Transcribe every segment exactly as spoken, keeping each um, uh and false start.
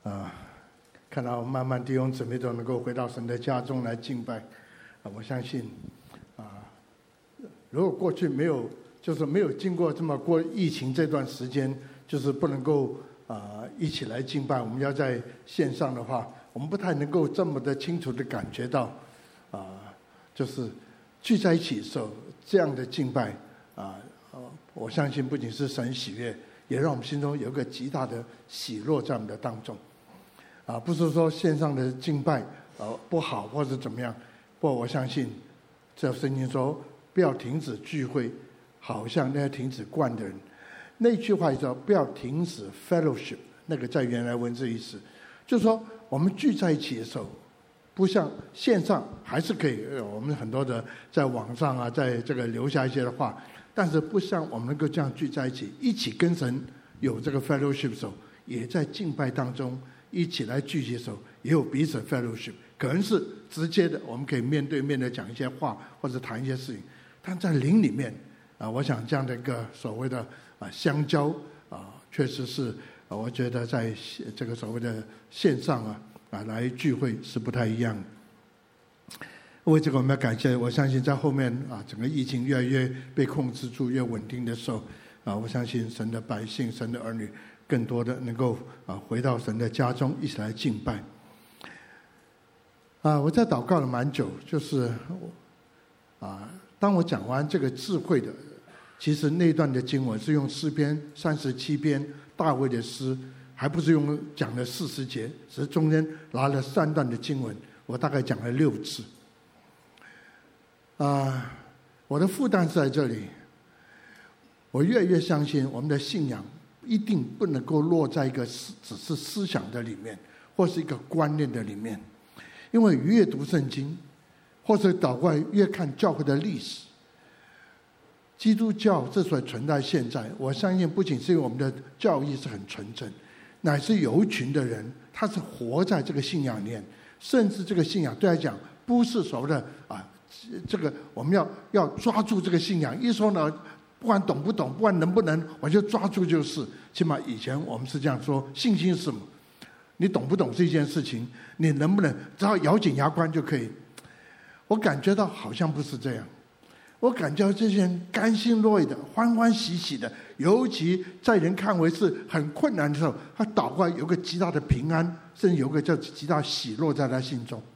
啊，看到慢慢弟兄姊妹都能够回到神的家中来敬拜，啊，我相信，啊，如果过去没有，就是没有经过这么过疫情这段时间，就是不能够啊一起来敬拜，我们要在线上的话，我们不太能够这么的清楚的感觉到，啊，就是聚在一起的时候这样的敬拜，啊，我相信不仅是神喜悦，也让我们心中有一个极大的喜乐在我们的当中。啊，不是说线上的敬拜呃不好或者怎么样，不过我相信，这圣经说不要停止聚会，好像那些停止灌的人。那句话叫不要停止 fellowship， 那个在原来文字意思，就是说我们聚在一起的时候，不像线上还是可以，我们很多的在网上啊，在这个留下一些的话，但是不像我们能够这样聚在一起，一起跟神有这个 fellowship 的时候，也在敬拜当中。一起来聚集的时候，也有彼此 fellowship， 可能是直接的，我们可以面对面的讲一些话，或者谈一些事情。但在灵里面，啊，我想这样的一个所谓的啊相交啊，确实是啊，我觉得在这个所谓的线上啊啊来聚会是不太一样的。为这个我们要感谢，我相信在后面啊，整个疫情越来越被控制住、越稳定的时候，啊，我相信神的百姓、神的儿女。更多的能够啊回到神的家中，一起来敬拜。啊，我在祷告了蛮久，就是啊，当我讲完这个智慧的，其实那段的经文是用诗篇三十七篇大卫的诗，还不是用讲了四十节，只是中间拿了三段的经文，我大概讲了六次。啊，我的负担是在这里，我越来越相信我们的信仰。一定不能够落在一个只是思想的里面，或是一个观念的里面，因为越读圣经，或者祷告越看教会的历史，基督教之所以存在现在，我相信不仅是因为我们的教义是很纯正，乃是有一群的人，他是活在这个信仰里面，甚至这个信仰对他讲不是所谓的啊，这个我们要要抓住这个信仰，一说呢。不管懂不懂，不管能不能，我就抓住就是。起码以前我们是这样说，信心是什么？你懂不懂这件事情？你能不能只要咬紧牙关就可以？我感觉到好像不是这样。我感觉到这些人甘心乐意的、欢欢喜喜的，尤其在人看为是很困难的时候，他祷告有个极大的平安，甚至有个叫极大喜乐在他心中。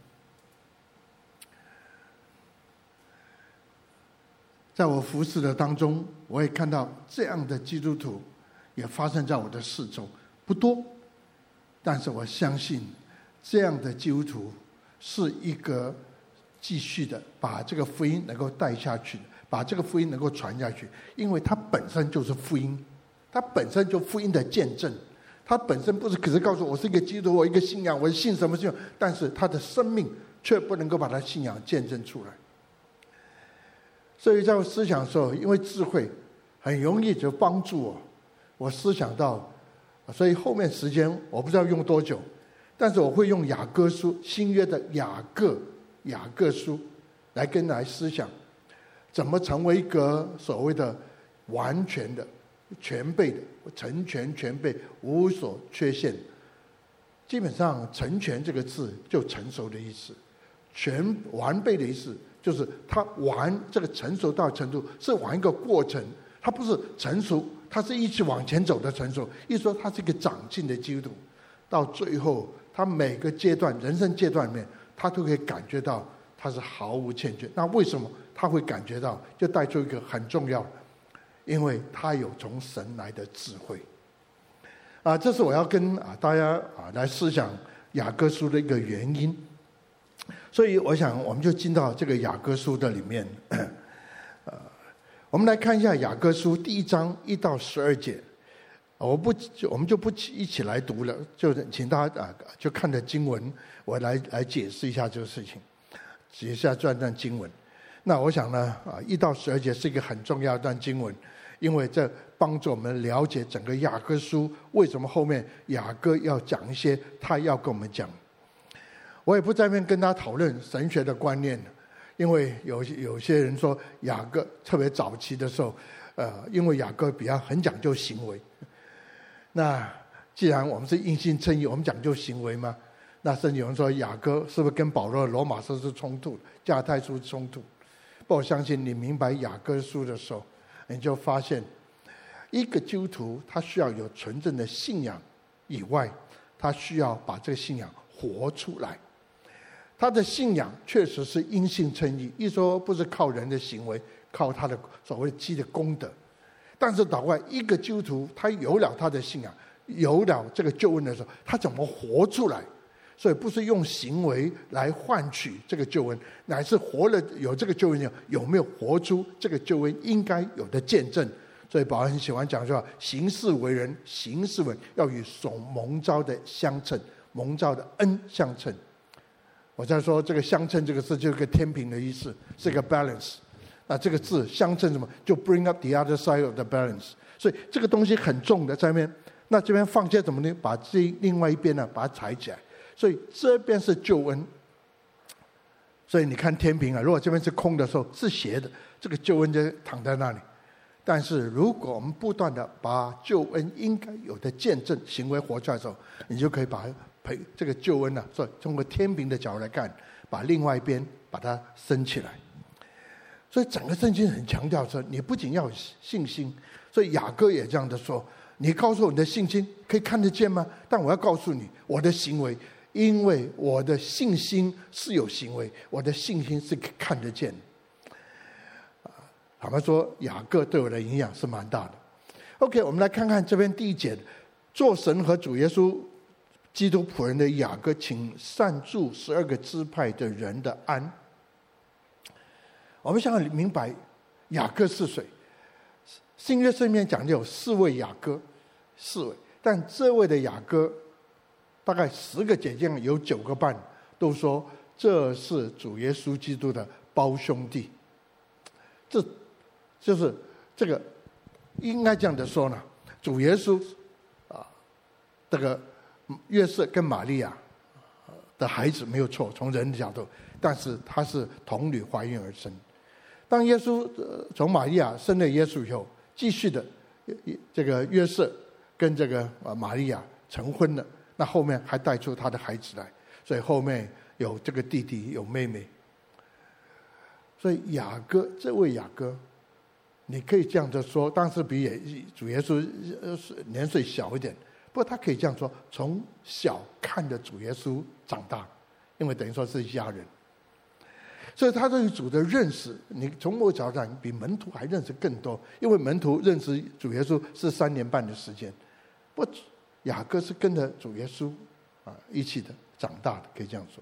在我服侍的当中，我也看到这样的基督徒也发生在我的四周，不多，但是我相信这样的基督徒是一个继续的把这个福音能够带下去，把这个福音能够传下去，因为它本身就是福音，它本身就福音的见证，它本身不是只是告诉我是一个基督徒，我一个信仰，我信什么信仰，但是他的生命却不能够把他信仰见证出来。所以在我思想的时候，因为智慧很容易就帮助我，我思想到，所以后面时间我不知道用多久，但是我会用雅歌书新约的雅各雅各书来跟来思想，怎么成为一个所谓的完全的、全备的、成全全备、无所缺陷。基本上成全这个字就成熟的意思，全完备的意思。就是他玩这个成熟到程度是玩一个过程，他不是成熟，他是一直往前走的成熟。意思说他是一个长进的基督徒，到最后他每个阶段人生阶段里面，他都可以感觉到他是毫无欠缺。那为什么他会感觉到？就带出一个很重要，因为他有从神来的智慧。啊，这是我要跟啊大家啊来思想雅各书的一个原因。所以我想我们就进到这个雅各书的里面，呃，我们来看一下雅各书第一章一到十二节，我不我们就不一起来读了，就请大家啊就看着经文，我来来解释一下这个事情，解释一下这段经文。那我想呢啊一到十二节是一个很重要的一段经文，因为这帮助我们了解整个雅各书为什么后面雅各要讲一些他要跟我们讲。我也不在那边跟他讨论神学的观念，因为有有些人说雅各特别早期的时候，呃，因为雅各比较很讲究行为。那既然我们是因信称义，我们讲究行为吗？那甚至有人说雅各是不是跟保罗的罗马书是冲突，加拉太书冲突？不，我相信你明白雅各书的时候，你就发现一个基督徒他需要有纯正的信仰以外，他需要把这个信仰活出来。他的信仰确实是因信称义，一说不是靠人的行为，靠他的所谓积的功德。但是倒过来，一个基督徒他有了他的信仰，有了这个救恩的时候，他怎么活出来？所以不是用行为来换取这个救恩，乃是活了有这个救恩，有没有活出这个救恩应该有的见证。所以保罗很喜欢讲说，行事为人，行事为人要与所蒙召的相称，蒙召的恩相称。我在说这个相称这个字就是个天平的意思，是一个 balance。那这个字相称什么？就 bring up the other side of the balance。所以这个东西很重的在那边，那这边放些什么呢？把这另外一边呢，把它抬起来。所以这边是救恩。所以你看天平啊，如果这边是空的时候是斜的，这个救恩就躺在那里。但是如果我们不断的把救恩应该有的见证行为活出来的时候，你就可以把陪这个救恩呢、啊，所以通过天平的角度来看，把另外一边把它升起来。所以整个圣经很强调说，你不仅要有信心，所以雅各也这样的说，你告诉我你的信心可以看得见吗？但我要告诉你，我的行为，因为我的信心是有行为，我的信心是看得见的。坦白说，雅各对我的影响是蛮大的。OK， 我们来看看这边第一节，做神和主耶稣基督仆人的雅各，请善祝十二个支派的人的安。我们想要明白雅各是谁。新约圣经讲的有四位雅各，四位，但这位的雅各，大概十个姐妹有九个半都说这是主耶稣基督的胞兄弟。这就是这个应该这样的说呢，主耶稣啊，这个约瑟跟玛利亚的孩子没有错，从人的角度，但是他是童女怀孕而生。当耶稣从玛利亚生了耶稣以后，继续的这个约瑟跟这个玛利亚成婚了，那后面还带出他的孩子来，所以后面有这个弟弟有妹妹。所以雅各这位雅各，你可以这样子说，当时比主耶稣年岁小一点，不过他可以这样说，从小看着主耶稣长大，因为等于说是一家人。所以他对于主的认识，你从某角度上比门徒还认识更多，因为门徒认识主耶稣是三年半的时间，不过雅各是跟着主耶稣啊一起的长大的，可以这样说。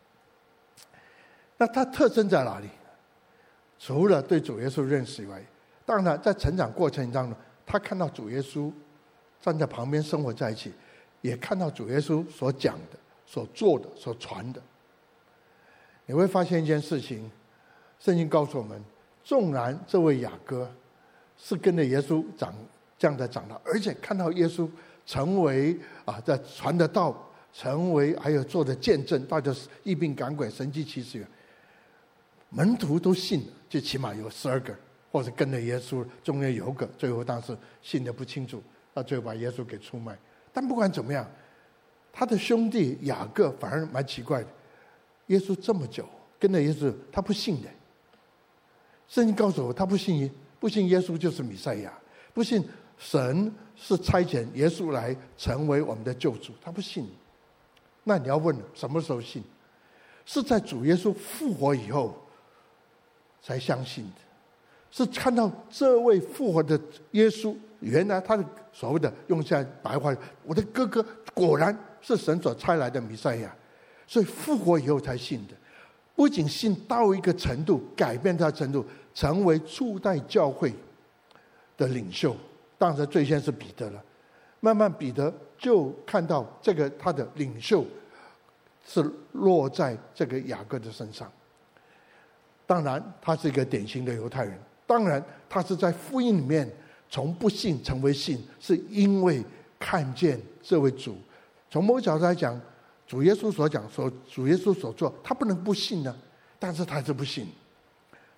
那他特征在哪里？除了对主耶稣认识以外，当然在成长过程当中，他看到主耶稣站在旁边生活在一起，也看到主耶稣所讲的、所做的、所传的。你会发现一件事情，圣经告诉我们，纵然这位雅各是跟着耶稣长这样的长大，而且看到耶稣成为啊在传的道，成为还有做的见证，大家疫病赶鬼、神迹奇事，门徒都信了，就起码有十二个，或者跟着耶稣，中间有一个最后当时信的不清楚，到最后把耶稣给出卖。但不管怎么样，他的兄弟雅各反而蛮奇怪的，耶稣这么久跟着耶稣，他不信的。圣经告诉我，他不信不信耶稣就是弥赛亚，不信神是差遣耶稣来成为我们的救主，他不信。那你要问什么时候信？是在主耶稣复活以后才相信的，是看到这位复活的耶稣，原来他的所谓的用现在白话，我的哥哥果然是神所差来的弥赛亚，所以复活以后才信的。不仅信到一个程度，改变他的程度，成为初代教会的领袖。当然最先是彼得了，慢慢彼得就看到这个他的领袖是落在这个雅各的身上。当然他是一个典型的犹太人，当然他是在福音里面从不信成为信，是因为看见这位主。从某角度来讲，主耶稣所讲所主耶稣所做，他不能不信呢，但是他是不信。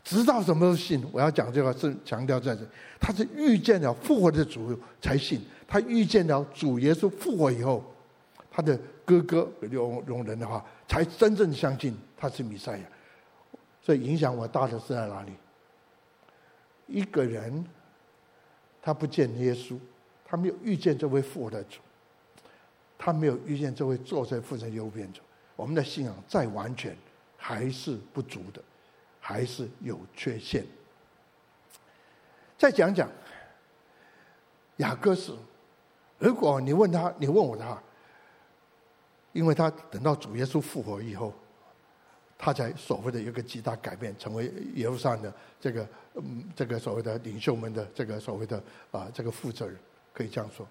直到什么时候信？我要讲这个是强调在这，他是遇见了复活的主才信。他遇见了主耶稣复活以后，他的哥哥容容人的话，才真正相信他是弥赛亚。所以影响我大的是在哪里？一个人他不见耶稣，他没有遇见这位复活的主，他没有遇见这位坐在父神右边主，我们的信仰再完全还是不足的，还是有缺陷。再讲讲雅各是，如果你问他，你问我他，因为他等到主耶稣复活以后，他才所谓的有一个极大改变，成为耶路撒冷的这个嗯这个所谓的领袖们的这个所谓的啊、呃、这个负责人，可以这样说。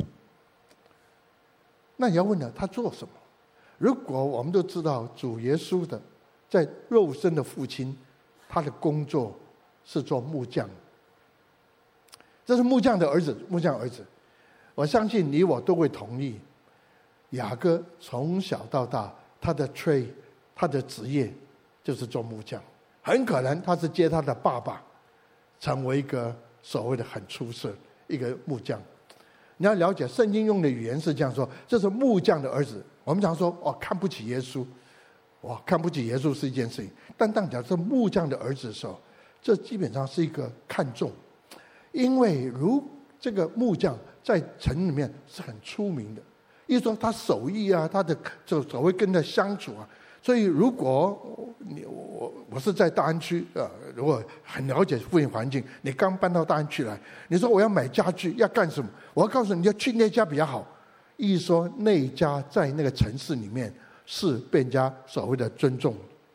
那你要问了，他做什么？如果我们都知道主耶稣的在肉身的父亲，他的工作是做木匠，这是木匠的儿子，木匠儿子。我相信你我都会同意，雅各从小到大，他的 trade， 他的职业就是做木匠，很可能他是接他的爸爸，成为一个所谓的很出色一个木匠。你要了解圣经用的语言是这样说，这是木匠的儿子。我们常说哦，看不起耶稣，哇，看不起耶稣是一件事情。但当讲是木匠的儿子的时候，这基本上是一个看重，因为如这个木匠在城里面是很出名的，意思说他手艺啊，他的就所谓跟他相处啊。所以如果你我我是在大安区啊、呃，如果很了解附近环境，你刚搬到大安区来，你说我要买家具要干什么？我要告诉你，要去那家比较好。意思说那一家在那个城市里面是被人家所谓的尊重。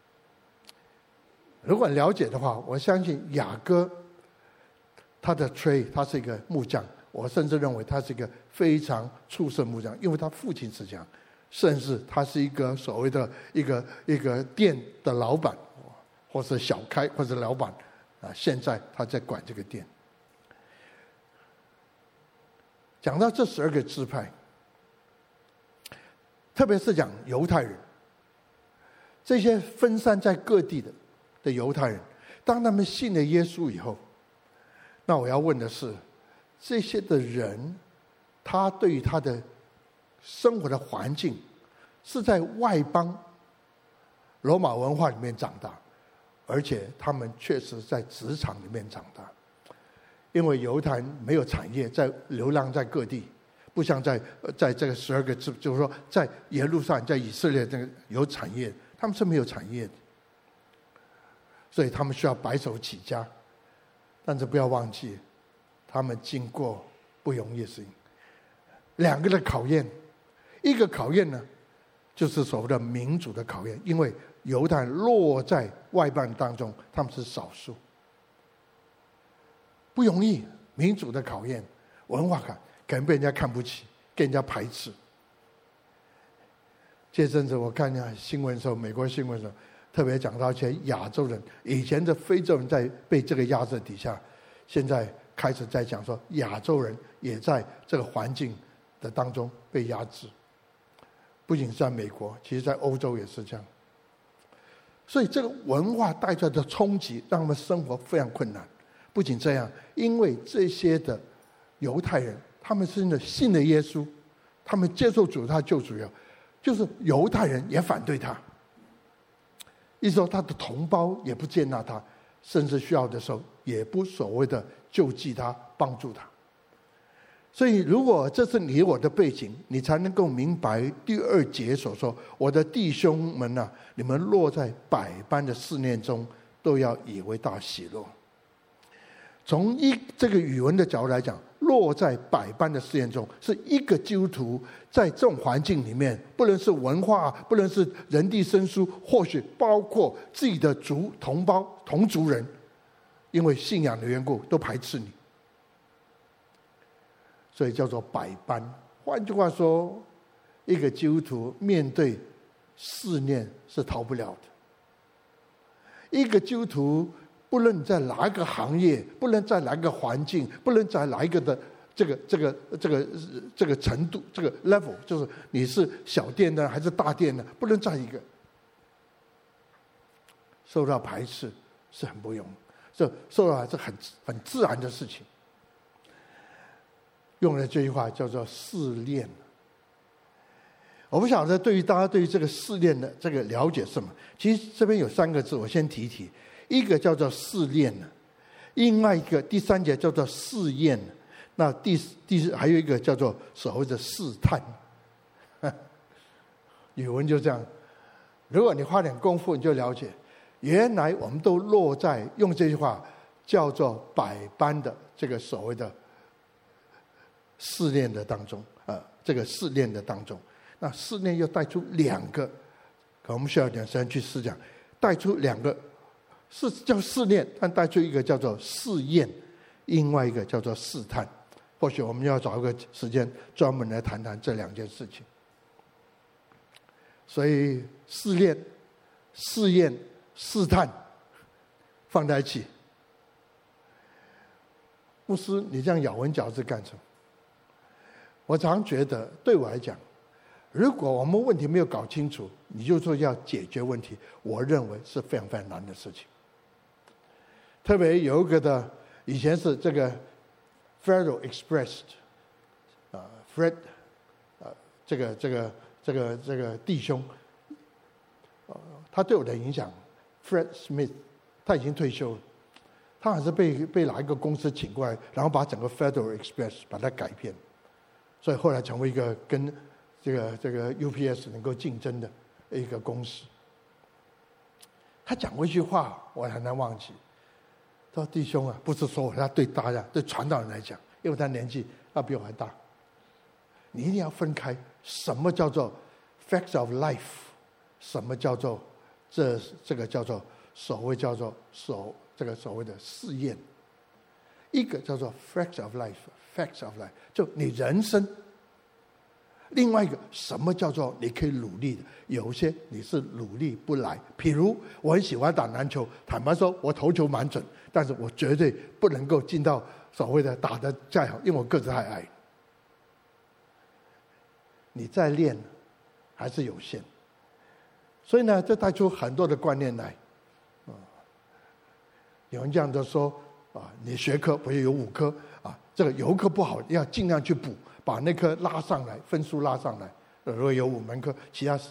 如果了解的话，我相信雅各他的 trade， 他是一个木匠，我甚至认为他是一个非常出色木匠，因为他父亲是这样。甚至他是一个所谓的一个一个店的老板，或是小开或者老板啊，现在他在管这个店。讲到这十二个支派，特别是讲犹太人，这些分散在各地的的犹太人，当他们信了耶稣以后，那我要问的是，这些的人，他对于他的生活的环境是在外邦罗马文化里面长大，而且他们确实在职场里面长大，因为犹太人没有产业，在流浪在各地，不像在在这个十二个支，就是说在耶路撒冷在以色列这个有产业，他们是没有产业的，所以他们需要白手起家。但是不要忘记，他们经过不容易的事情，两个的考验。一个考验呢，就是所谓的民主的考验，因为犹太人落在外邦当中，他们是少数，不容易。民主的考验，文化感可能被人家看不起，被人家排斥。这阵子我看见新闻的时候，美国新闻的时候，特别讲到一些亚洲人，以前的非洲人在被这个压制底下，现在开始在讲说亚洲人也在这个环境的当中被压制。不仅是在美国，其实在欧洲也是这样。所以这个文化带出来的冲击，让他们生活非常困难。不仅这样，因为这些的犹太人，他们真的信了耶稣，他们接受主他救主以后，就是犹太人也反对他，意思说他的同胞也不接纳他，甚至需要的时候也不所谓的救济他、帮助他。所以如果这是你我的背景，你才能够明白第二节所说，我的弟兄们啊，你们落在百般的试炼中，都要以为大喜乐。从一这个语文的角度来讲，落在百般的试炼中，是一个基督徒在这种环境里面，不论是文化，不论是人地生疏，或许包括自己的族同胞同族人，因为信仰的缘故都排斥你，所以叫做百般。换句话说，一个基督徒面对试炼是逃不了的。一个基督徒不论在哪一个行业，不论在哪一个环境，不论在哪一个的这个这个这个这个程度，这个 level， 就是你是小店呢还是大店呢，不论在一个受到排斥是很不容易。 这受到是很很自然的事情。用了这句话叫做试炼。我不晓得对于大家对于这个试炼的这个了解是什么？其实这边有三个字，我先提一提。一个叫做试炼，另外一个第三节叫做试验，那第第还有一个叫做所谓的试探。语文就这样，如果你花点功夫，你就了解，原来我们都落在用这句话叫做百般的这个所谓的试炼的当中，呃，这个试炼的当中。那试炼又带出两个，我们需要点时间去思讲，带出两个是叫试炼，但带出一个叫做试验，另外一个叫做试探。或许我们要找一个时间专门来谈谈这两件事情。所以试炼、试验、试探放在一起。牧师，你这样咬文嚼字干什么？我常觉得，对我来讲，如果我们问题没有搞清楚，你就说要解决问题，我认为是非常非常难的事情。特别有一个的，以前是这个 Federal Express 啊 ，Fred 啊，这个这个这个这个弟兄，呃，他对我的影响 ，Fred Smith， 他已经退休了，他还是被被哪一个公司请过来，然后把整个 Federal Express 把它改变。所以后来成为一个跟这个这个 U P S 能够竞争的一个公司。他讲过一句话，我很难忘记。他说：“弟兄啊，不是说我，他对大家对传道人来讲，因为他年纪他比我还大，你一定要分开什么叫做 facts of life， 什么叫做这这个叫做所谓叫做所这个所谓的试验。一个叫做 facts of life。”Facts of life， 就你人生。另外一个，什么叫做你可以努力的？有些你是努力不来。譬如我很喜欢打篮球，坦白说，我投球蛮准，但是我绝对不能够进到所谓的打得再好，因为我个子太矮。你再练，还是有限。所以呢，这带出很多的观念来。啊，有人这样的说啊，你学科不是有五科？啊，这个有一科不好，要尽量去补，把那科拉上来，分数拉上来。如果有五门课，其他是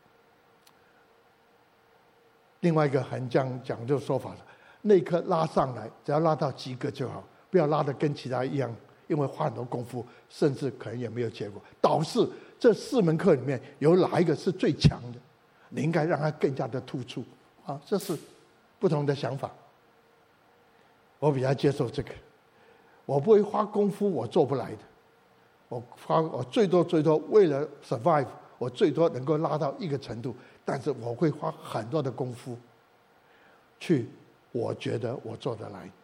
另外一个很讲讲究说法的，那科拉上来，只要拉到及格就好，不要拉得跟其他一样，因为花很多功夫，甚至可能也没有结果。导致这四门课里面有哪一个是最强的，你应该让它更加的突出啊，这是不同的想法。我比较接受这个。我不会花功夫，我做不来的。我花我最多最多为了 survive， 我最多能够拉到一个程度，但是我会花很多的功夫去，我觉得我做得来。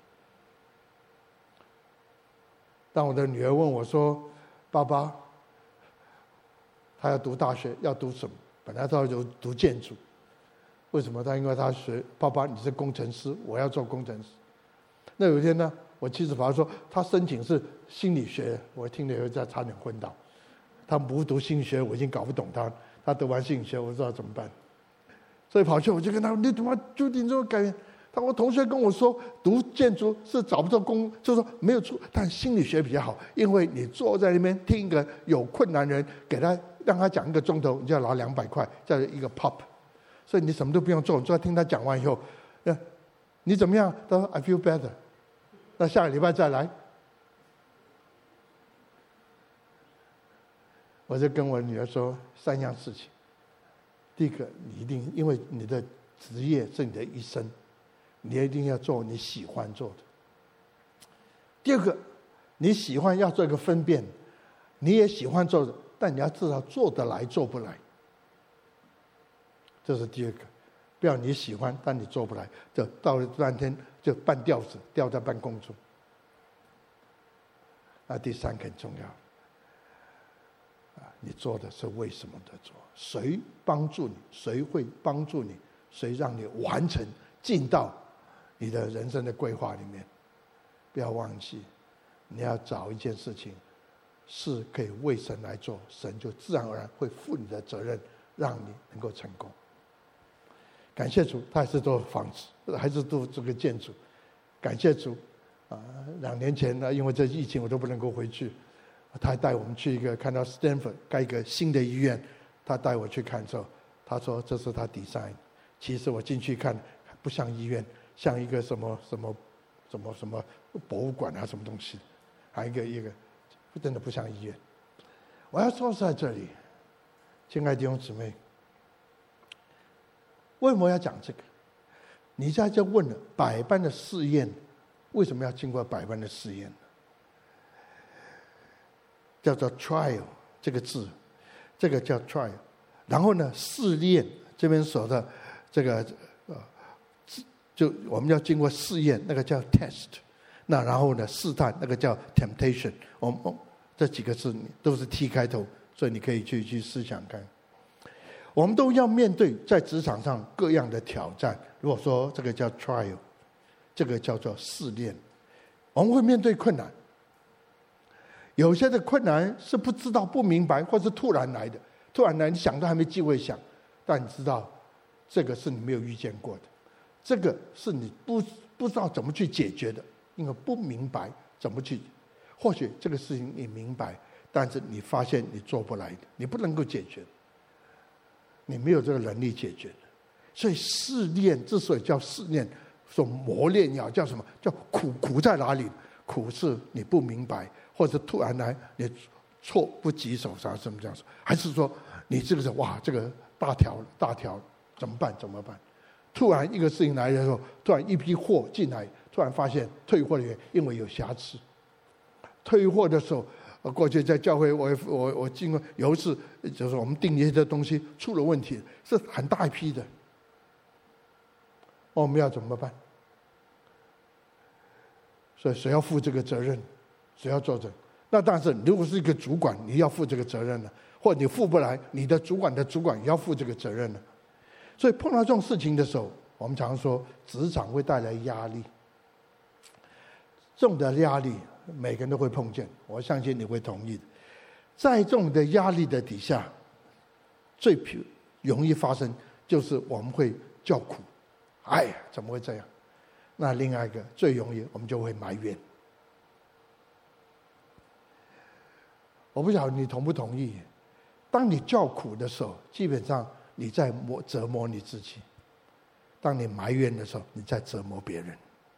当我的女儿问我说：“爸爸，她要读大学，要读什么？本来她要读读建筑，为什么？她因为她学爸爸你是工程师，我要做工程师。”那有一天呢？我妻子跑来说，他申请是心理学，我听了以后在差点昏倒。他不读心理学，我已经搞不懂他。他读完心理学，我不知道怎么办。所以跑去我就跟他说：“你怎么就你这么改变？”他我同学跟我说，读建筑是找不到工，就是说没有出，但心理学比较好，因为你坐在那边听一个有困难人，给他让他讲一个钟头，你就要拿两百块，叫一个 pop。所以你什么都不用做，你就要听他讲完以后，呃，你怎么样？他说 I feel better。那下个礼拜再来，我就跟我女儿说三样事情。第一个，你一定因为你的职业是你的一生，你一定要做你喜欢做的。第二个，你喜欢要做一个分辨，你也喜欢做的，但你要知道做得来做不来。这是第二个，不要你喜欢但你做不来，就到了半天就半吊子吊在半空中。那第三个很重要，啊，你做的是为什么的做？谁帮助你？谁会帮助你？谁让你完成进到你的人生的规划里面？不要忘记，你要找一件事情是可以为神来做，神就自然而然会负你的责任，让你能够成功。感谢主，他还是做房子，还是做这个建筑。 感谢主啊！两年前呢，因为这疫情我都不能够回去，他还带我们去一个看到 Stanford 盖一个新的医院，他带我去看之后，他说这是他 design。其实我进去看，不像医院，像一个什么什么什么什么博物馆啊，什么东西，还有一个一个，真的不像医院。我要说在这里，亲爱的弟兄姊妹，为什么要讲这个？你在这问了百般的试验，为什么要经过百般的试验呢？叫做 trial 这个字，这个叫 trial。然后呢，试炼这边说的这个呃，就我们要经过试验，那个叫 test。那然后呢，试探那个叫 temptation。我们这几个字都是 T 开头，所以你可以去去思想看。我们都要面对在职场上各样的挑战。如果说这个叫 trial， 这个叫做试炼，我们会面对困难。有些的困难是不知道、不明白，或是突然来的。突然来，你想都还没机会想，但你知道，这个是你没有遇见过的，这个是你不不知道怎么去解决的，因为不明白怎么去。或许这个事情你明白，但是你发现你做不来的，你不能够解决，你没有这个能力解决的。所以试炼之所以叫试炼，说磨练也好，叫什么叫苦？苦在哪里？苦是你不明白，或者突然来你措不及手，啥什么这样说？还是说你这个是哇，这个大条大条怎么办？怎么办？突然一个事情来的时候，突然一批货进来，突然发现退货的原因为有瑕疵。退货的时候，过去在教会我我我经过有一次，就是我们订一些东西出了问题，是很大一批的，我们要怎么办？所以谁要负这个责任？谁要做这个？那但是如果是一个主管，你要负这个责任了，或者你负不来，你的主管的主管也要负这个责任了。所以碰到这种事情的时候，我们常说职场会带来压力，这种的压力每个人都会碰见，我相信你会同意的。在这种的压力的底下，最容易发生就是我们会叫苦，哎呀，怎么会这样？那另外一个最容易，我们就会埋怨。我不晓得你同不同意？当你叫苦的时候，基本上你在磨折磨你自己；当你埋怨的时候，你在折磨别人。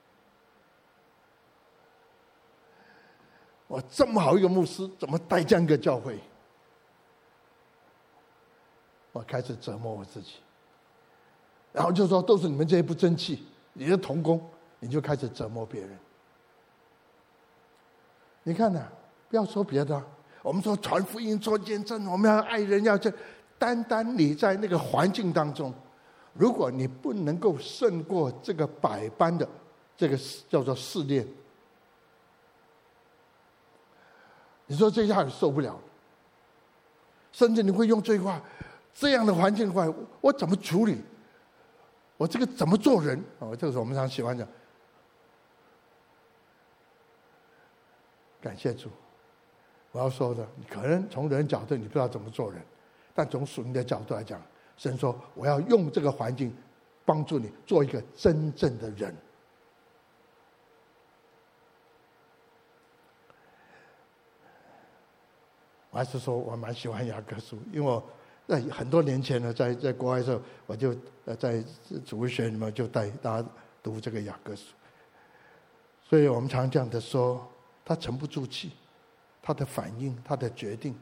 我这么好一个牧师，怎么带这样一个教会？我开始折磨我自己，然后就说都是你们这些不争气，你的同工，你就开始折磨别人。你看呢、啊？不要说别的，我们说传福音、做见证，我们要爱人，要这。单单你在那个环境当中，如果你不能够胜过这个百般的这个叫做试炼，你说这下你受不了，甚至你会用这句话：这样的环境的话，我怎么处理？我这个怎么做人？哦，这个是我们常喜欢讲。感谢主，我要说的，你可能从人角度你不知道怎么做人，但从属灵的角度来讲，神说我要用这个环境帮助你做一个真正的人。我还是说我蛮喜欢雅各书，因为我在很多年前呢，在在国外的时候，我就呃在主日学里面就带大家读这个雅各书，所以我们常这样的说，他沉不住气，他的反应，他的决定，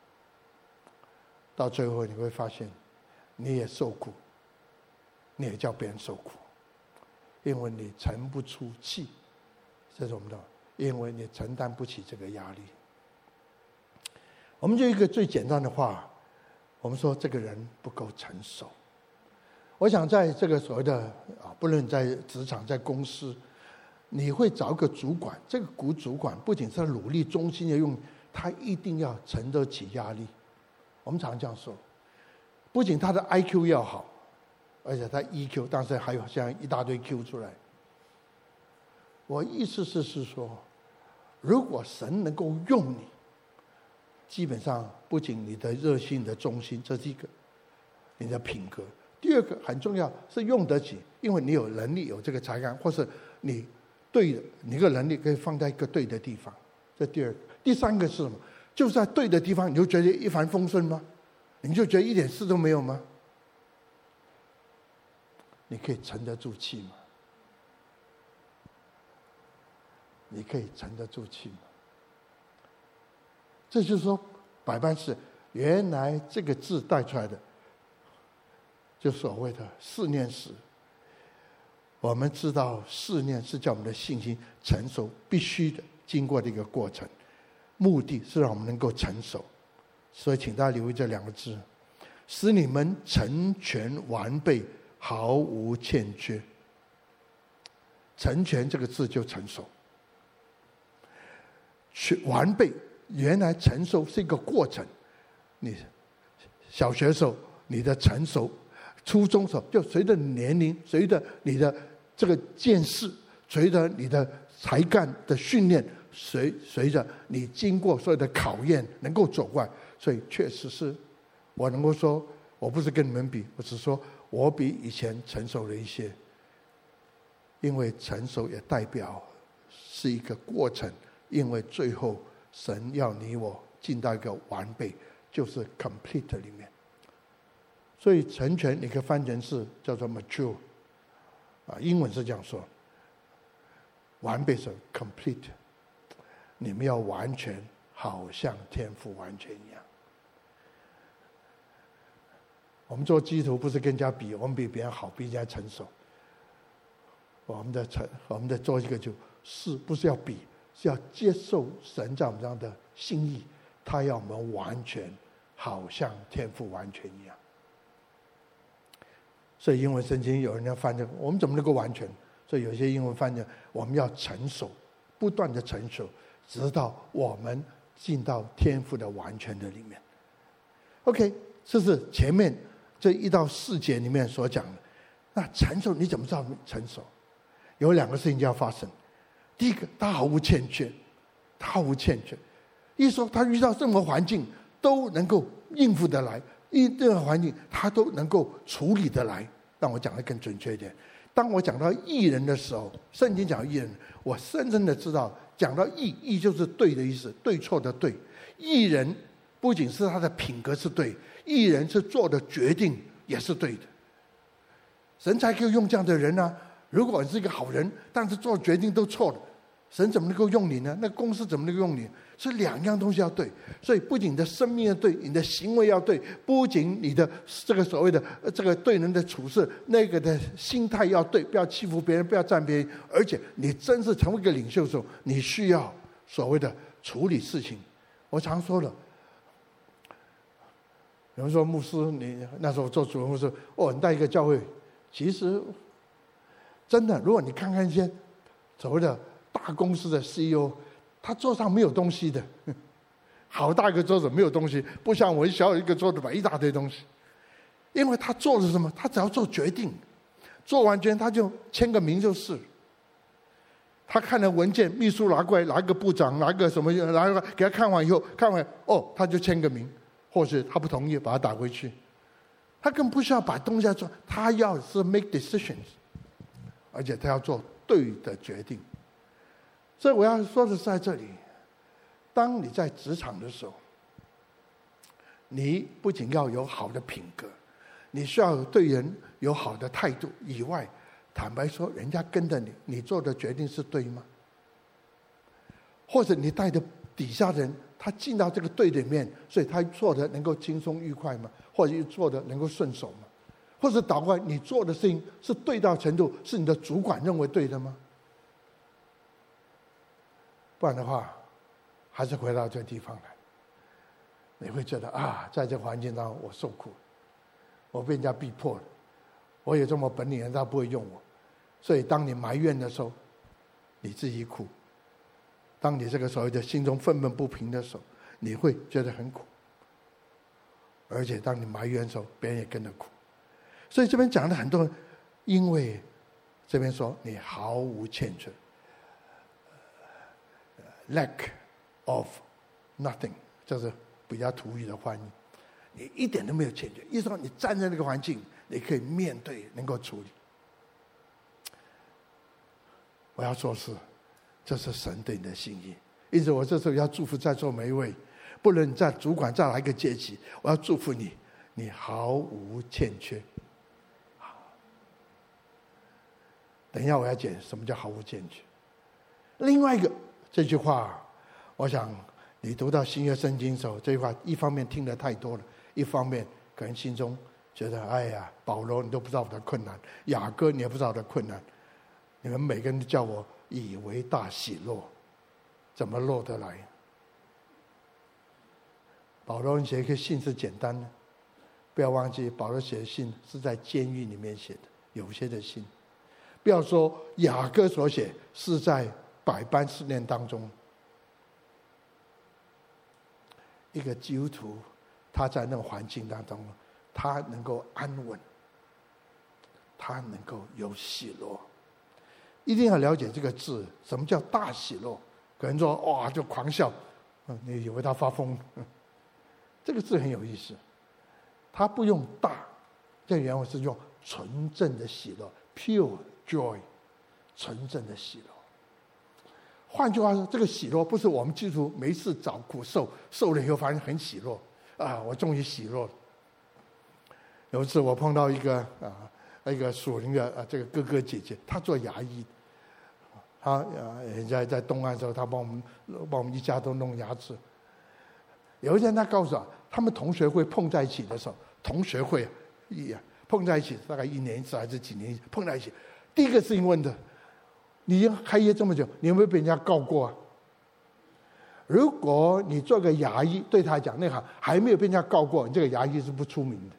到最后你会发现，你也受苦，你也叫别人受苦，因为你沉不出气，这是我们的，因为你承担不起这个压力。我们就一个最简单的话，我们说这个人不够成熟。我想在这个所谓的啊，不论在职场、在公司，你会找一个主管，这个股主管不仅是努力、忠心的用，他一定要承得起压力。我们常这样说，不仅他的 I Q 要好，而且他 E Q， 但是还有像一大堆 Q 出来。我意思是是说，如果神能够用你，基本上不仅你的热心、你的忠心，这是一个你的品格。第二个很重要是用得起，因为你有能力、有这个才干，或是你对的，你个能力可以放在一个对的地方。这第二个，第三个是什么？就是在对的地方，你就觉得一帆风顺吗？你就觉得一点事都没有吗？你可以沉得住气吗？你可以沉得住气吗？这就是说，百般事，原来这个字带出来的，就所谓的试炼时。我们知道试炼是叫我们的信心成熟，必须的经过的一个过程，目的是让我们能够成熟。所以请大家留意这两个字，使你们成全完备，毫无欠缺。成全这个字就成熟，全完备，原来成熟是一个过程。你小学时候你的成熟，初中时候就随着年龄，随着你的这个见识，随着你的才干的训练，随随着你经过所有的考验，能够走过来。所以确实是，我能够说，我不是跟你们比，我只是说我比以前成熟了一些。因为成熟也代表是一个过程，因为最后神要你我进到一个完备，就是 complete 里面。所以成全你可以翻成是叫做 mature， 啊，英文是这样说，完备是 complete， 你们要完全，好像天父完全一样。我们做基督徒不是跟人家比，我们比别人好，比人家成熟。我们的成，我们的做一个就是不是要比，是要接受神在我们这样的心意，他要我们完全，好像天父完全一样。所以英文圣经有人要翻译，我们怎么能够完全？所以有些英文翻译，我们要成熟，不断的成熟，直到我们进到天父的完全的里面。OK， 这是前面这一到四节里面所讲的。那成熟你怎么知道成熟？有两个事情就要发生。第一个，他毫无欠缺，他毫无欠缺。一说他遇到任何环境都能够应付得来，任何环境他都能够处理得来。让我讲得更准确一点，当我讲到义人的时候，圣经讲义人，我深深的知道，讲到义，义就是对的意思，对错的对。义人不仅是他的品格是对，义人是做的决定也是对的。神才可以用这样的人啊！如果你是一个好人，但是做决定都错了，神怎么能够用你呢？那公司怎么能够用你？是两样东西要对。所以不仅你的生命要对，你的行为要对，不仅你的这个所谓的这个对人的处事，那个的心态要对，不要欺负别人，不要占别人。而且你真是成为一个领袖的时候，你需要所谓的处理事情。我常说了，有人说牧师，你那时候做主任牧师，哦，你带一个教会。其实，真的，如果你看看一些所谓的大公司的 C E O， 他桌上没有东西的，好大一个桌子没有东西，不像我一小一个桌子摆一大堆东西。因为他做的是什么？他只要做决定，做完决定他就签个名就是。他看了文件，秘书拿过来，拿一个部长，拿一个什么，拿一个给他看完以后，看完哦，他就签个名，或是他不同意，把他打回去。他更不需要把东西做，他要是 make decisions， 而且他要做对的决定。所以我要说的是在这里，当你在职场的时候，你不仅要有好的品格，你需要对人有好的态度以外，坦白说，人家跟着你，你做的决定是对吗？或者你带着底下的人，他进到这个队里面，所以他做的能够轻松愉快吗？或者做的能够顺手吗？或者倒过来，你做的事情是对到程度，是你的主管认为对的吗？不然的话，还是回到这个地方来，你会觉得啊，在这个环境当中我受苦，我被人家逼迫了，我有这么本领，人家不会用我。所以当你埋怨的时候，你自己苦；当你这个所谓的心中愤愤不平的时候，你会觉得很苦。而且当你埋怨的时候，别人也跟着苦。所以这边讲的很多，因为这边说你毫无欠缺 ，lack of nothing， 这是比较土语的翻译。你一点都没有欠缺，意思说你站在那个环境，你可以面对，能够处理。 我要做事，这是神对你的心意。因此我这时候要祝福在座每一位，不论你在主管再来一个阶级，我要祝福你，你毫无欠缺。等一下我要讲什么叫毫无欠缺。另外一个这句话，我想你读到新约圣经的时候，这句话一方面听得太多了，一方面可能心中觉得哎呀，保罗你都不知道我的困难，雅各你也不知道我的困难，你们每个人都叫我以为大喜乐，怎么落得来？保罗写一个信是简单的，不要忘记保罗写的信是在监狱里面写的，有些的信。不要说雅各所写是在百般试炼当中。一个基督徒他在那个环境当中，他能够安稳，他能够有喜乐。一定要了解这个字，什么叫大喜乐？可能说哇就狂笑，你以为他发疯？这个字很有意思，他不用大，这原文是用纯正的喜乐 ，pure joy， 纯正的喜乐。换句话说，这个喜乐不是我们基督徒没事找苦受，受了以后发现很喜乐啊，我终于喜乐了。有一次我碰到一个啊一个属灵的啊这个哥哥姐姐，他做牙医，他啊在在东岸的时候，他帮我们帮我们一家都弄牙齿。有一天他告诉我，他们同学会碰在一起的时候，同学会一碰在一起，大概一年一次还是几年一次碰在一起，第一个事情问的，你开业这么久，你有没有被人家告过啊？如果你做个牙医，对他讲那行还没有被人家告过，你这个牙医是不出名的。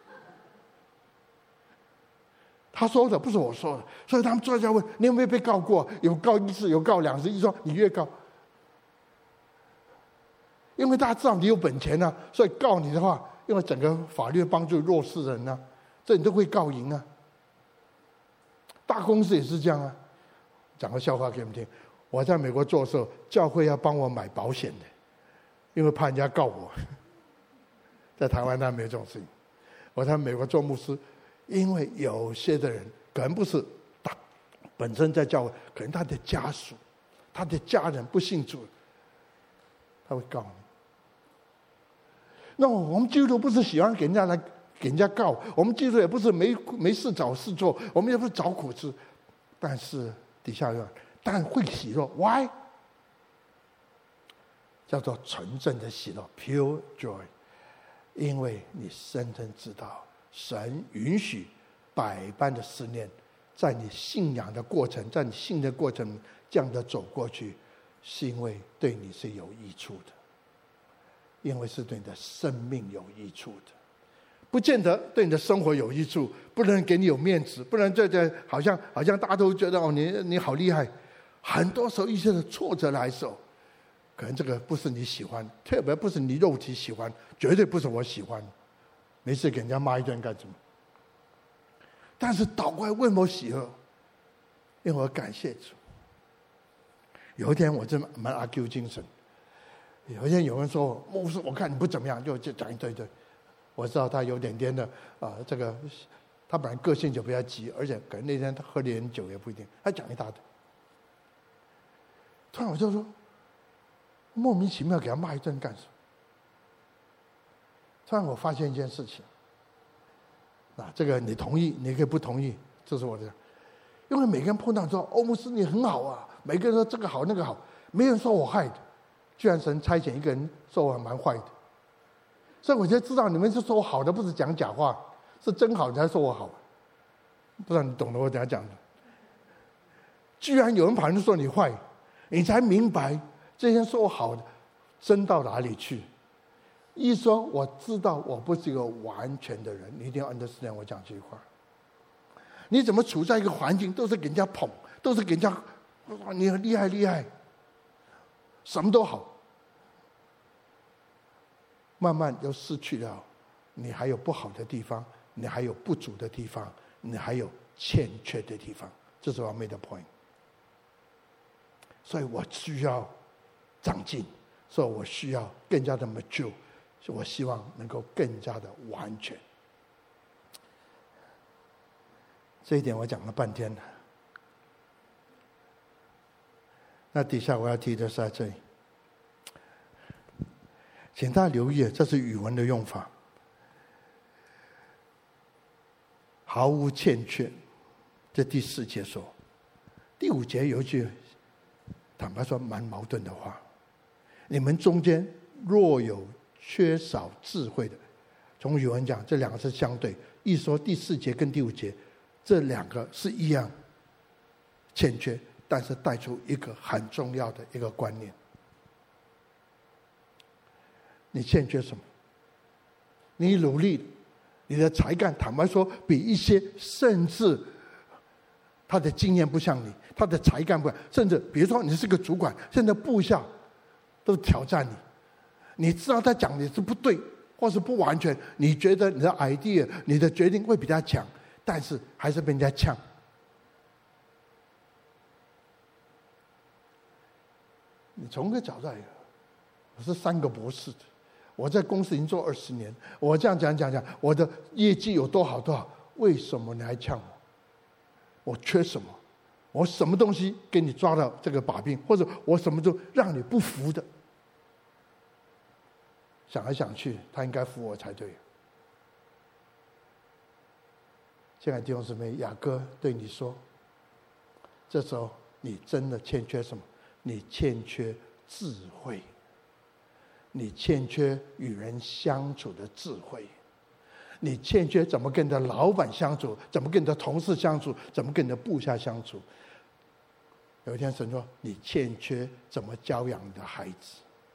他说的不是我说的，所以他们专家问你有没有被告过？有告一次，有告两次，一说你越告，因为大家知道你有本钱啊，所以告你的话，因为整个法律帮助弱势人啊，这你都会告赢啊。大公司也是这样啊。讲个笑话给你们听，我在美国做的时候，教会要帮我买保险的，因为怕人家告我。在台湾他没有这种事情。我在美国做牧师，因为有些的人可能不是他本身在教会，可能他的家属、他的家人不信主，他会告你。那我们基督徒不是喜欢给人家来给人家告，我们基督徒也不是没没事找事做，我们也不是找苦吃，但是底下有，但会喜乐 ，why？ 叫做纯正的喜乐 ，pure joy， 因为你深深知道，神允许百般的思念，在你信仰的过程，在你信的过程这样的走过去，是因为对你是有益处的，因为是对你的生命有益处的。不见得对你的生活有益处，不能给你有面子，不能这这好像好像大家都觉得哦，你你好厉害。很多时候一些的挫折来的时候，可能这个不是你喜欢，特别不是你肉体喜欢，绝对不是我喜欢。没事给人家骂一顿干什么？但是祷告为我喜乐，因为我感谢主。有一天我真蛮阿 Q 精神，有一天有人说牧师，我看你不怎么样，就就讲一堆堆。我知道他有点点的啊、呃，这个他本来个性就比较急，而且可能那天他喝了点酒也不一定，他讲一大堆。突然我就说，莫名其妙给他骂一顿干什么？突然我发现一件事情，啊，这个你同意，你可以不同意，这是我的。因为每个人碰到说，欧牧师你很好啊，每个人说这个好那个好，没人说我害的，居然神差遣一个人说我蛮坏的。所以我就知道你们是说我好的，不是讲假话，是真好才说我好。不知道你懂得我怎样讲的？居然有人跑人说你坏，你才明白这些说我好的真到哪里去。一说我知道我不是一个完全的人，你一定要 understand 我讲这句话。你怎么处在一个环境都是给人家捧，都是给人家你很厉害厉害，什么都好。慢慢又失去了，你还有不好的地方，你还有不足的地方，你还有欠缺的地方，这是我要 make the point。所以我需要长进，所以我需要更加的 mature， 所以我希望能够更加的完全。这一点我讲了半天了。 那底下我要提的是在这里，请大家留意，这是语文的用法，毫无欠缺。这第四节说，第五节有一句坦白说蛮矛盾的话，你们中间若有缺少智慧的，从语文讲这两个是相对，意思说第四节跟第五节这两个是一样欠缺，但是带出一个很重要的一个观念。你欠缺什么？你努力，你的才干坦白说比一些甚至他的经验不像你，他的才干不像，甚至比如说你是个主管，现在部下都挑战你，你知道他讲的是不对或是不完全，你觉得你的 idea 你的决定会比他强，但是还是被人家呛。你从个角度来讲，我是三个博士的，我在公司已经做二十年，我这样讲讲讲，我的业绩有多好多好，为什么你还呛我？我缺什么？我什么东西给你抓到这个把柄，或者我什么都让你不服的？想来想去，他应该服我才对。亲爱的弟兄姊妹，雅各对你说，这时候你真的欠缺什么？你欠缺智慧，你欠缺与人相处的智慧，你欠缺怎么跟你的老板相处，怎么跟你的同事相处，怎么跟你的部下相处。有一天神说，你欠缺怎么教养你的孩子。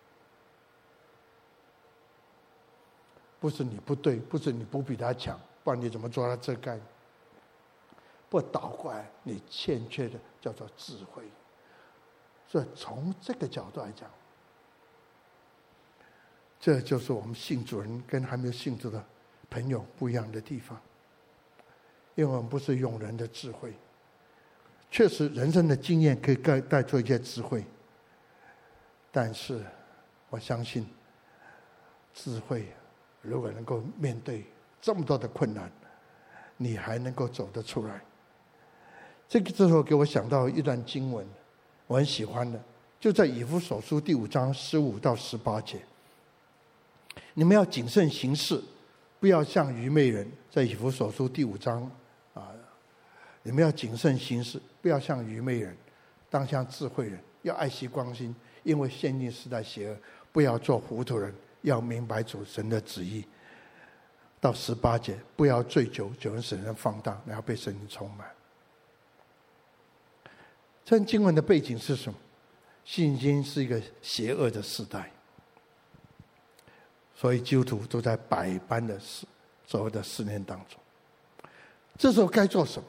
不是你不对，不是你不比他强，不然你怎么做他这干？不倒过来，你欠缺的叫做智慧。所以从这个角度来讲，这就是我们信主人跟还没有信主的朋友不一样的地方。因为我们不是用人的智慧，确实人生的经验可以带带出一些智慧，但是我相信智慧如果能够面对这么多的困难，你还能够走得出来。这个之后给我想到一段经文，我很喜欢的，就在以弗所书第五章十五到十八节。你们要谨慎行事，不要像愚昧人。在以弗所书第五章啊，你们要谨慎行事，不要像愚昧人，当像智慧人，要爱惜光阴，因为现今时代邪恶，不要做糊涂人，要明白主神的旨意。到十八节，不要醉酒，酒能使人放荡，然后被圣灵充满。这经文的背景是什么？现今是一个邪恶的时代，所以基督徒都在百般的所谓的试炼当中。这时候该做什么？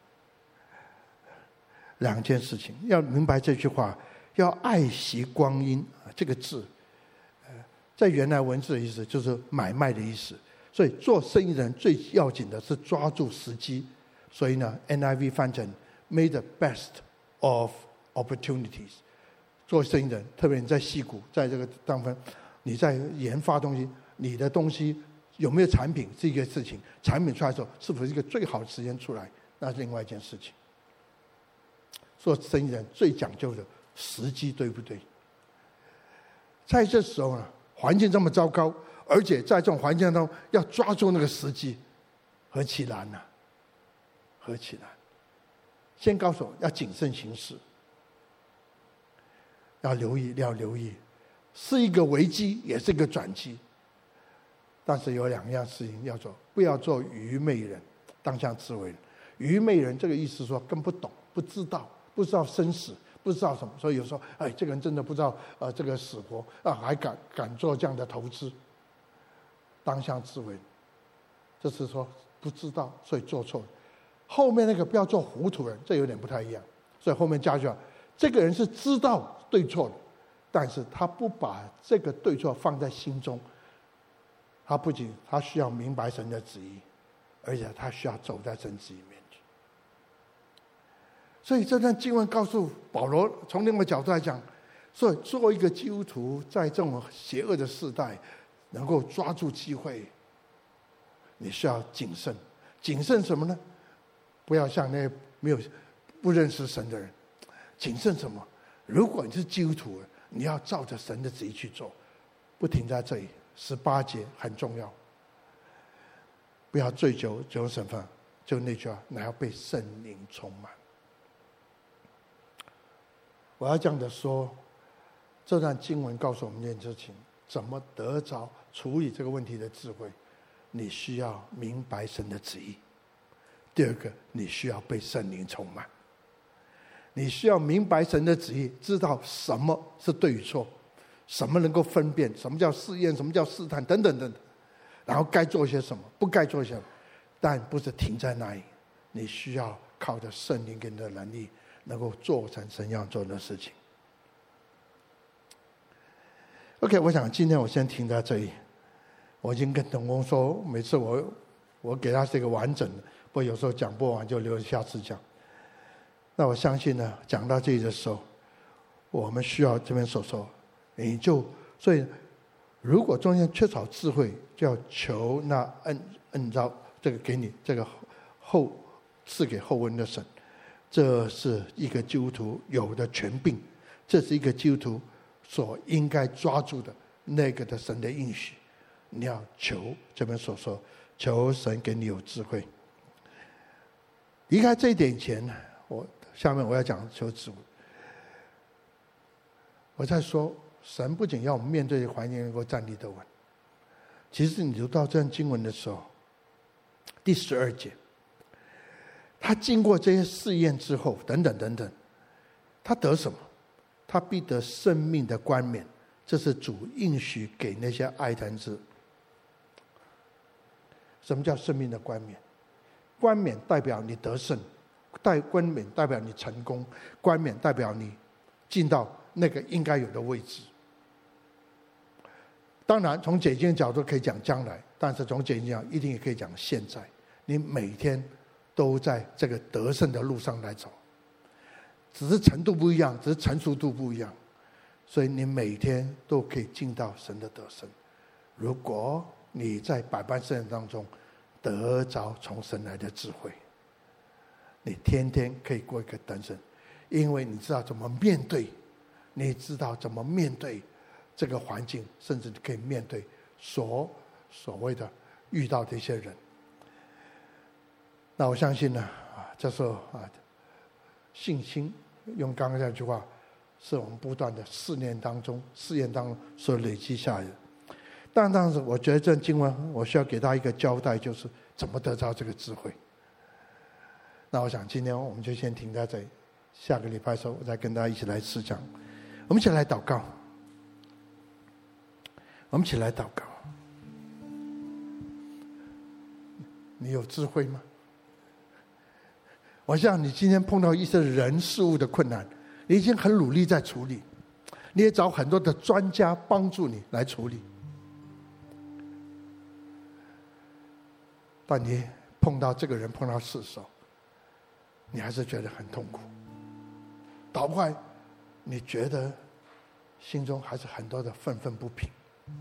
两件事情，要明白这句话，要爱惜光阴。这个字，在原来文字的意思就是买卖的意思。所以做生意人最要紧的是抓住时机。所以呢 ，N I V 翻成 "Make the best of opportunities"。做生意人，特别你在矽谷，在这个当中，你在研发东西，你的东西有没有产品是一个事情，产品出来的时候是否是一个最好的时间出来，那是另外一件事情。做生意人最讲究的时机对不对？在这时候呢，环境这么糟糕，而且在这种环境当中要抓住那个时机，何其难啊！何其难！先告诉我要谨慎行事，要留意，要留意，是一个危机，也是一个转机。但是有两样事情要做，不要做愚昧人，当像智慧人。愚昧人这个意思说更不懂，不知道，不知道生死，不知道什么，所以有时候，哎，这个人真的不知道呃这个死活啊，还敢敢做这样的投资，当像智慧人，这是说不知道，所以做错了。后面那个不要做糊涂人，这有点不太一样，所以后面加上这个人是知道对错的，但是他不把这个对错放在心中，他不仅他需要明白神的旨意，而且他需要走在神旨意面去。所以这段经文告诉保罗，从另外角度来讲，所以作为一个基督徒，在这种邪恶的时代，能够抓住机会，你需要谨慎。谨慎什么呢？不要像那些没有不认识神的人。谨慎什么？ 如果你是基督徒，你要照着神的旨意去做，不停在这里。十八节很重要，不要追求这种身份，就那句话，乃要被圣灵充满。我要这样的说，这段经文告诉我们一件事情：怎么得着处理这个问题的智慧？你需要明白神的旨意。第二个，你需要被圣灵充满。你需要明白神的旨意，知道什么是对与错，什么能够分辨，什么叫试验，什么叫试探，等等等等。然后该做些什么，不该做些什么，但不是停在那里。你需要靠着圣灵给你的能力，能够做成神要做的事情。OK， 我想今天我先停在这里。我已经跟董工说，每次我我给他这个完整的，不过有时候讲不完就留下次讲。那我相信呢，讲到这里的时候，我们需要这边所说，你就所以，如果中间缺少智慧，就要求那按按照这个给你这个后赐给后恩的神，这是一个基督徒有的权柄，这是一个基督徒所应该抓住的那个的神的应许。你要求这边所说，求神给你有智慧。离开这一点以前，我下面我要讲求智慧。我在说，神不仅要我们面对环境能够站立得稳，其实你读到这段经文的时候，第十二节，他经过这些试验之后，等等等等，他得什么？他必得生命的冠冕，这是主应许给那些爱坛之。什么叫生命的冠冕？冠冕代表你得胜，代冠冕代表你成功，冠冕代表你进到那个应该有的位置。当然从解经的角度可以讲将来，但是从解经讲一定也可以讲现在，你每天都在这个得胜的路上来走，只是程度不一样，只是成熟度不一样，所以你每天都可以进到神的得胜。如果你在百般试验当中得着从神来的智慧，你天天可以过一个得胜，因为你知道怎么面对，你知道怎么面对这个环境，甚至可以面对所所谓的遇到的一些人。那我相信呢，啊，这时候啊，信心用刚刚那句话，是我们不断的试炼当中、试验当中所累积下来的。但当时我觉得这经文我需要给大家一个交代，就是怎么得到这个智慧。那我想今天我们就先停在这里，下个礼拜的时候我再跟大家一起来思想。我们一起来祷告，我们一起来祷告。你有智慧吗？我想你今天碰到一些人事物的困难，你已经很努力在处理，你也找很多的专家帮助你来处理，但你碰到这个人碰到事的时候，你还是觉得很痛苦，倒过来你觉得心中还是很多的愤愤不平。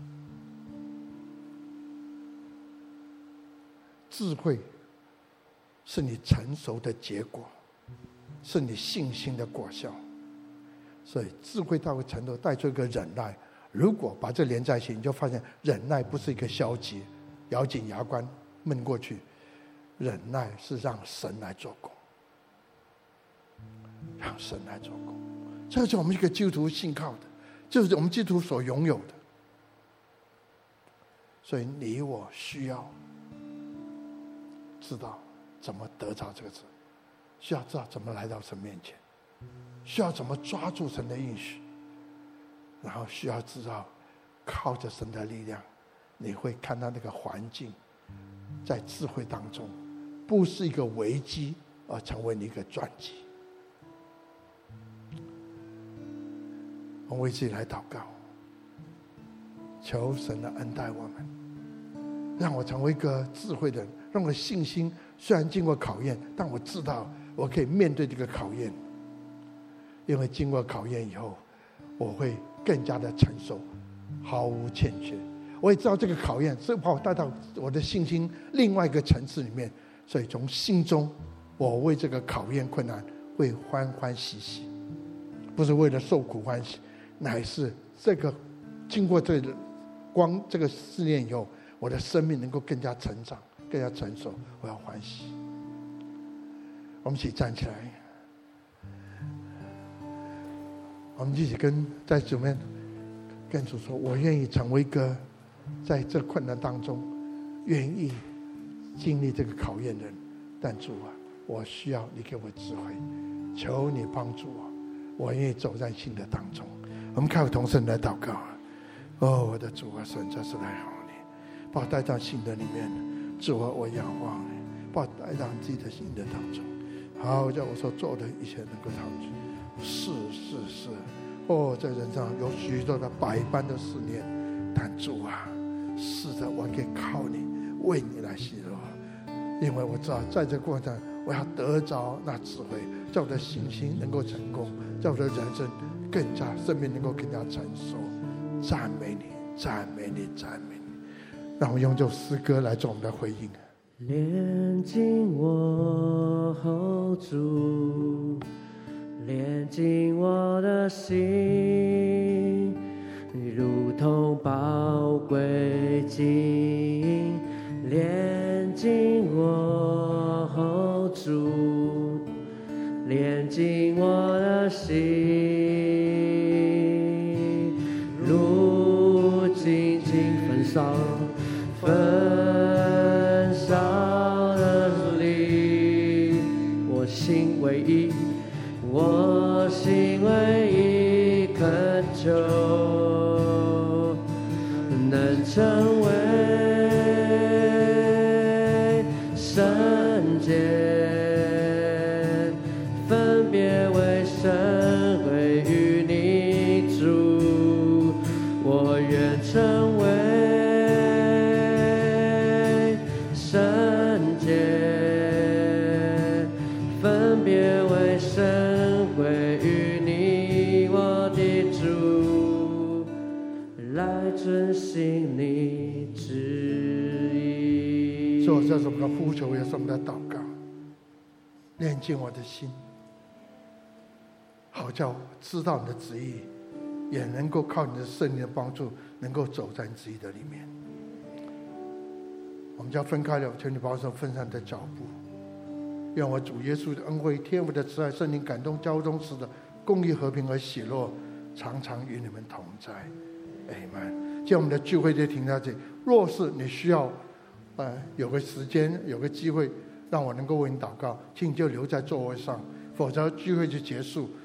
智慧是你成熟的结果，是你信心的果效。所以智慧到个程度带出一个忍耐，如果把这连在一起，你就发现忍耐不是一个消极咬紧牙关闷过去，忍耐是让神来做工，让神来做工。这就是我们一个基督徒信靠的，就是我们基督徒所拥有的。所以你我需要知道怎么得着这个字，需要知道怎么来到神面前，需要怎么抓住神的应许，然后需要知道靠着神的力量，你会看到那个环境在智慧当中不是一个危机，而成为你一个转机。我们为自己来祷告，求神的恩待我们，让我成为一个智慧的人，让我的信心虽然经过考验，但我知道我可以面对这个考验，因为经过考验以后，我会更加的成熟，毫无欠缺。我也知道这个考验是把我带到我的信心另外一个层次里面，所以从心中我为这个考验困难会欢欢喜喜， 不是为了受苦欢喜，乃是这个经过这个光这个试炼以后，我的生命能够更加成长，更加成熟，我要欢喜。我们一起站起来，我们一起跟在主面跟主说，我愿意成为一个在这困难当中愿意经历这个考验的人。但主啊，我需要你给我智慧，求你帮助我，我愿意走在新的当中。我们开口同声来祷告。哦，我的主啊，神真是来好你，把我带到新的里面。主啊，我仰望你，把我带到自己的新的当中。好，叫我所做的一切能够讨主。是是是，哦，在人上有许多的百般的试炼，但主啊，是的，我可以靠你，为你来喜乐。因为我知道在这个过程我要得着那智慧，叫我的信心能够成功，叫我的人生更加生命能够更加成熟。赞美你，赞美你，赞美你。让我用这首诗歌来做我们的回应。 炼净我后主，炼净我的心，如同宝贵金，炼净我后主，炼净我的心，如金金焚烧焚烧的力，我心唯一，我心唯一恳求，能成为圣洁，分别为圣，归于你主，我愿成为圣洁，分别为圣，归于你我的主，来遵行你旨意。 所以这是我们的呼求，也是我们的祷告。炼净我的心，好叫我知道你的旨意，也能够靠你的圣灵的帮助，能够走在你旨意的里面。我们将分开了，求你保守分散的脚步。愿我主耶稣的恩惠、天父的慈爱、圣灵感动交通时的公义、和平和喜乐，常常与你们同在。Amen。今天我们的聚会就停在这里。若是你需要，呃，有个时间、有个机会，让我能够为你祷告，请你就留在座位上，否则聚会就结束。